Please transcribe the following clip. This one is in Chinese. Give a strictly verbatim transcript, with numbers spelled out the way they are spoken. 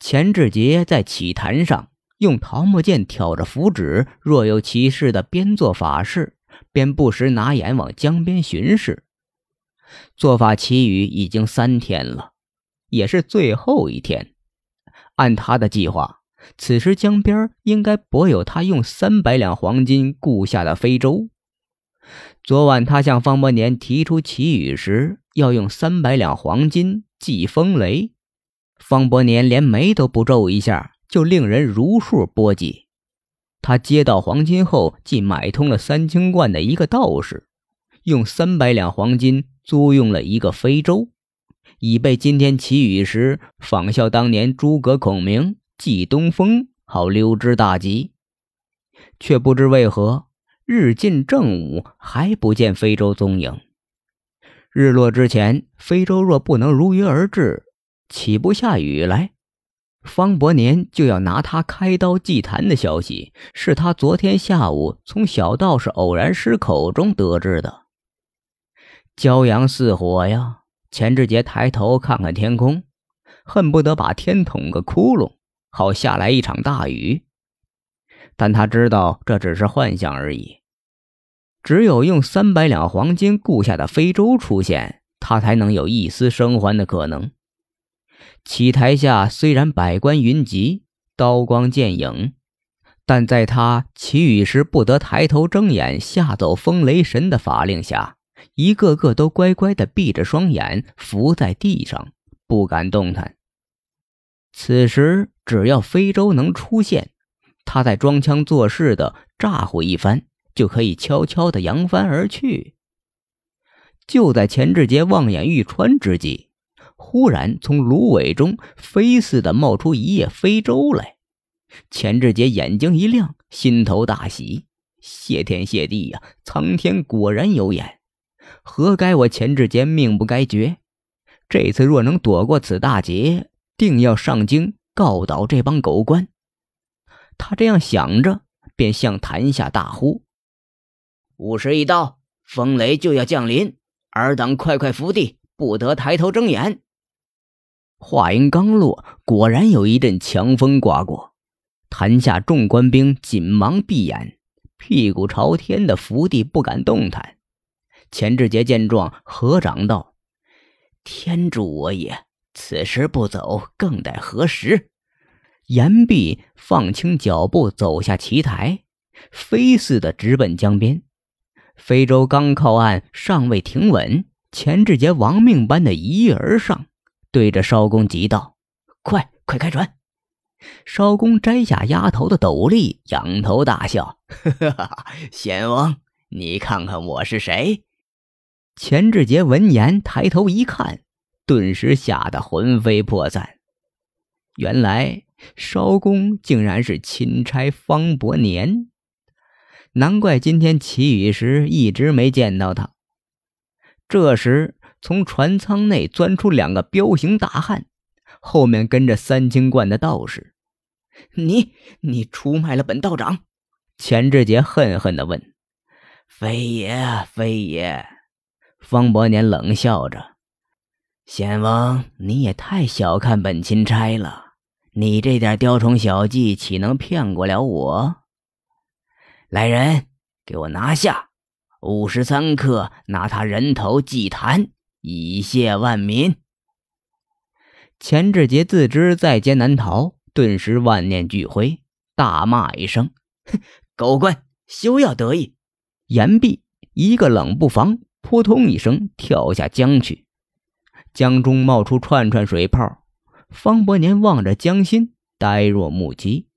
钱志杰在棋坛上用桃木剑挑着符纸，若有其事的边做法事，边不时拿眼往江边巡视。做法祈雨已经三天了，也是最后一天。按他的计划，此时江边应该泊有他用三百两黄金雇下的非洲。昨晚他向方伯年提出祈雨时，要用三百两黄金祭风雷，方伯年连眉都不皱一下，就令人如数拨记。他接到黄金后，即买通了三清观的一个道士，用三百两黄金租用了一个非洲，以备今天祈雨时仿效当年诸葛孔明祭东风，好溜之大吉。却不知为何日近正午还不见非洲踪影。日落之前，非洲若不能如约而至，起不下雨来，方伯年就要拿他开刀祭坛的消息，是他昨天下午从小道士偶然师口中得知的。骄阳似火呀，钱志杰抬头看看天空，恨不得把天捅个窟窿，好下来一场大雨。但他知道这只是幻想而已，只有用三百两黄金雇下的非洲出现，他才能有一丝生还的可能。棋台下虽然百官云集，刀光剑影，但在他祈雨时不得抬头睁眼吓走风雷神的法令下，一个个都乖乖地闭着双眼，伏在地上，不敢动弹。此时只要非洲能出现，他在装腔作势的咋呼一番，就可以悄悄地扬帆而去。就在钱志杰望眼欲穿之际，忽然从芦苇中飞似的冒出一叶非洲来。钱志杰眼睛一亮，心头大喜，谢天谢地呀、啊，苍天果然有眼，何该我钱志杰命不该绝。这次若能躲过此大劫，定要上京告倒这帮狗官。他这样想着，便向坛下大呼：午时一到，风雷就要降临，尔等快快伏地，不得抬头睁眼。话音刚落，果然有一阵强风刮过，坛下众官兵紧忙闭眼，屁股朝天的伏地不敢动弹。钱志杰见状，合掌道：天助我也，此时不走，更待何时？言毕，放轻脚步走下棋台，飞似的直奔江边。非洲刚靠岸，尚未停稳，钱志杰亡命般的一跃而上，对着艄公急道：快快开船！艄公摘下丫头的斗笠，仰头大笑：哈哈，贤王，你看看我是谁？钱志杰闻言抬头一看，顿时吓得魂飞魄散。原来艄公竟然是钦差方伯年，难怪今天祈雨时一直没见到他。这时从船舱内钻出两个彪形大汉，后面跟着三清观的道士。你你出卖了本道长！钱志杰恨恨地问。非也非也，方伯年冷笑着，贤王你也太小看本钦差了，你这点雕虫小技岂能骗过了我？来人，给我拿下五十三克，拿他人头祭坛，以谢万民。钱志杰自知在劫难逃，顿时万念俱灰，大骂一声：狗官，休要得意！言毕，一个冷不防，扑通一声跳下江去。江中冒出串串水泡，方伯年望着江心，呆若木鸡。